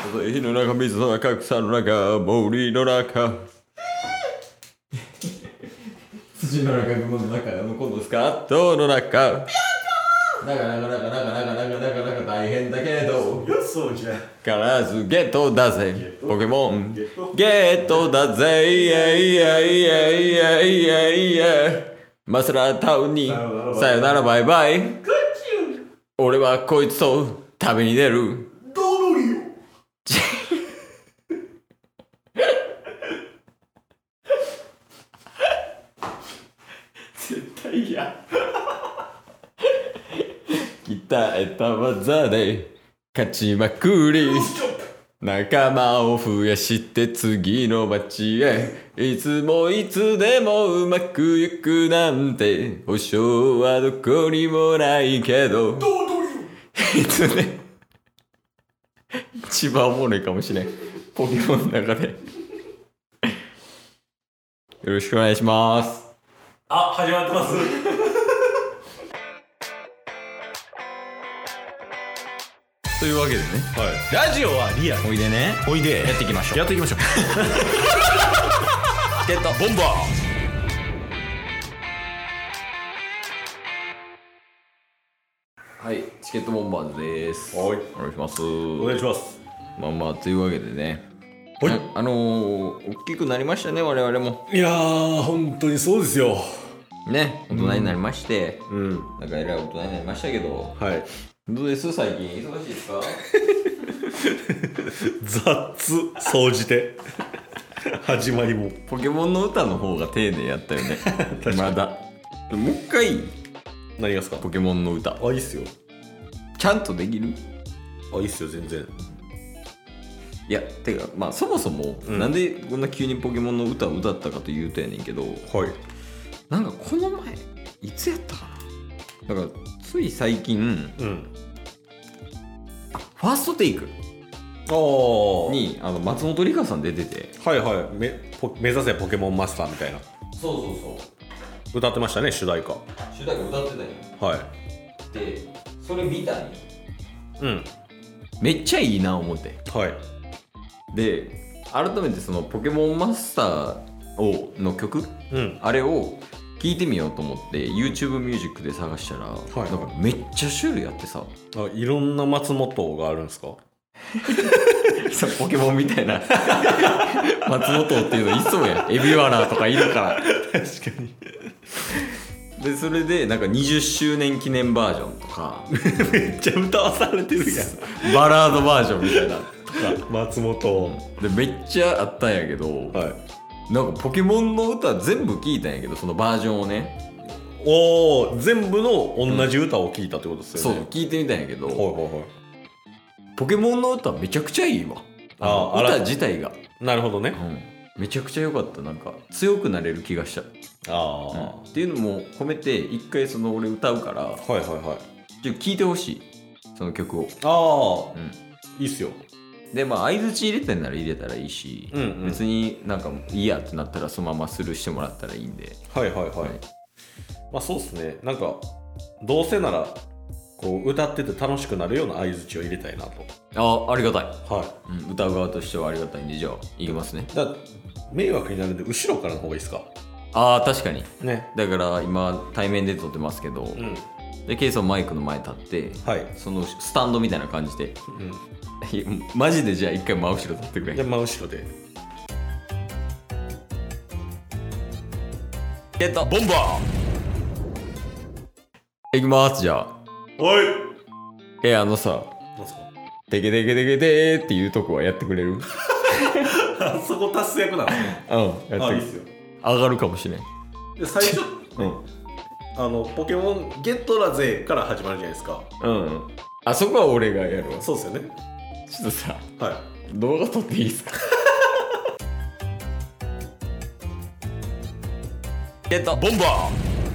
火の中、水の中、草の中、森の中。土の中、雲の中、このスカートの中。なか大変だけど、 そうじゃ必ずゲットだぜ、ポケモン。ゲットだぜ、イエイイエイイエイイエイイエイ。マスラータウンに、さよならバイバイ。俺はこいつと旅に出る。 どうりよ。 絶対嫌。鍛えた技で勝ちまくり、仲間を増やして次の街へ。いつもいつでもうまくいくなんて保証はどこにもないけど、いつね一番おもろいかもしれんポケモンの中で。よろしくお願いします。 あ、始まってます。 というわけでね、 はい、ラジオはリアル。 おいでね、 おいでやっていきましょう。 やっていきましょう。 ゲットボンバはい、チケットボンバーズです。 はい、 お願いします。 お願いします。 というわけでね、 はい、 大きくなりましたね、我々も。 いやー、本当にそうですよ。 ね、大人になりまして、 なんかえらい大人になりましたけど、 はい。 どうです最近忙しいですか？ 雑、総じて。始まりも。 ポケモンの歌の方が丁寧やったよね。まだ。もう一回、 何がですか？ ポケモンの歌。 あ、いいっすよ。 ちゃんとできる？ あ、いいっすよ、全然。 いや、てか、そもそも、なんでこんな急にポケモンの歌を歌ったかというとやねんけど、 はい。 なんかこの前、いつやったかな？だから、つい最近、ファーストテイクに松本梨香さん出てて、 はいはい、目指せポケモンマスターみたいな。 そう歌ってましたね、主題歌。 主題歌歌ってたんよ。 はい。 で、それ見たんよ。 うんめっちゃいいな思って。 はい。 で、改めてそのポケモンマスターの曲、あれを聴いてみようと思って YouTube ミュージックで探したら、なんかめっちゃ種類あってさ、 いろんな松本があるんですか？ ポケモンみたいな松本っていうのいそうやん。エビワラとかいるから。 確かに。 でそれでなんか20周年記念バージョンとかめっちゃ歌わされてるやん。 バラードバージョンみたいなとか松本でめっちゃあったんやけど、なんかポケモンの歌全部聞いたんやけど、そのバージョンをね、 全部の同じ歌を聞いたってことですよね。 そう聞いてみたんやけど、ポケモンの歌めちゃくちゃいいわ。歌自体が。 なるほどね、 めちゃくちゃ良かった。なんか強くなれる気がした。っていうのも込めて一回その俺歌うから、ちょっと聞いてほしい、その曲を。 いいっすよ。 で相づち入れたんなら入れたらいいし、別になんかいいやってなったらそのままスルーしてもらったらいいんで。 そうっすね。なんかどうせならこう歌ってて楽しくなるような相づちを入れたいなと。 ありがたい。歌う側としてはありがたいんで、じゃあいきますね。 迷惑になるんで後ろからの方がいいですか？ 確かにね。 だから今対面で撮ってますけど、でケイソンマイクの前に立って、そのスタンドみたいな感じで、マジでじゃあ一回真後ろ立ってくれ。 で真後ろでゲットボンバーいきます。じゃあおいなんすかテケテケテケテーっていうとこはやってくれる？ そこタス役なんですね。 やっていいっすよ。 上がるかもしれん。 で最初ポケモンゲットだぜから始まるじゃないですか。 そこは俺がやるわ。 そうっすよね。 ちょっとさ、動画撮っていいですか？ゲットボンバー。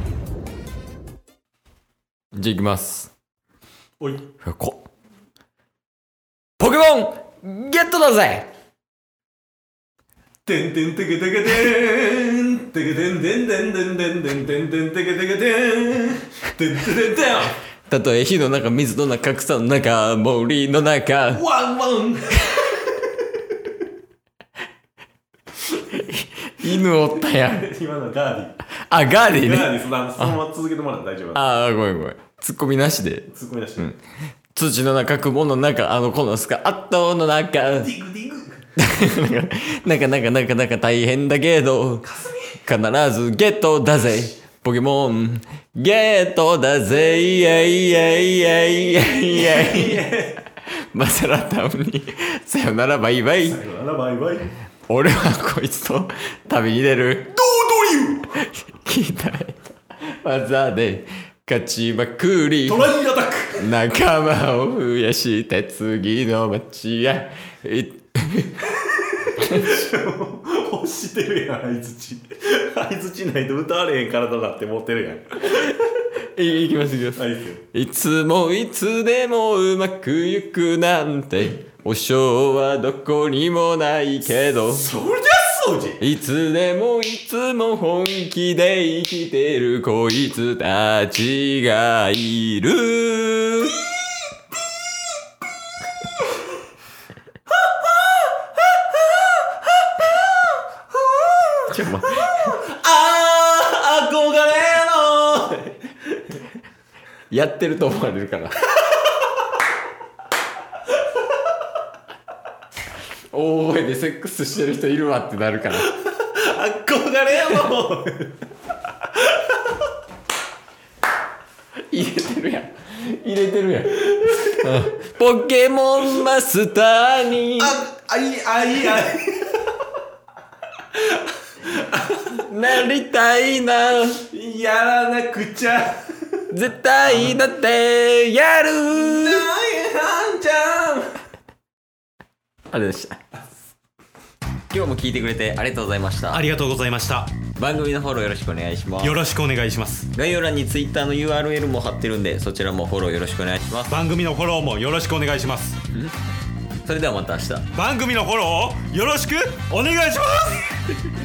じゃあいきます。 おいポケモンゲットだぜ。 てんてんてけてけてんてけてんてんてんてんてんてんてんてんてけてけてんてんてんてんてん。 たとえ火の中、水の中、草の中、森の中。 ワンワン。 犬おったやん。 今のガーディ。 あ、ガーディね。 ガーディそのまま続けてもらって大丈夫。 ああ、ごめんごめん。ツッコミなしで。 ツッコミ出して。 土の中、雲の中、このスカットの中。 ディグディグ。 なんか大変だけど、必ずゲットだぜ。ポケモン、ゲットだぜ。イエイイエイイエイイエイイエイ。マサラタウンに、さよならバイバイ。 さよならバイバイ。 俺はこいつと旅に出る。 どういう聞いたい技で勝ちまくり。 トライアタック。 仲間を増やして次の街へ。 欲してるやん、相づち。相づちないと歌われへん体だって持ってるやん。 いきますいきます。いつもいつでもうまくいくなんて保証はどこにもないけど、 そりゃそうじゃ。 いつでもいつも本気で生きてるこいつたちがいる。 憧れのやってると思われるから大声でセックスしてる人いるわってなるから憧れの入れてるやん入れてるやんポケモンマスターになりたいな。 やらなくちゃ絶対だってやる。 なんちゃん。 あれでした。今日も聞いてくれてありがとうございました。 ありがとうございました。 番組のフォローよろしくお願いします。 よろしくお願いします。 概要欄に Twitter の URL も貼ってるんで、そちらもフォローよろしくお願いします。 番組のフォローもよろしくお願いします。 それではまた明日。 番組のフォローをよろしくお願いします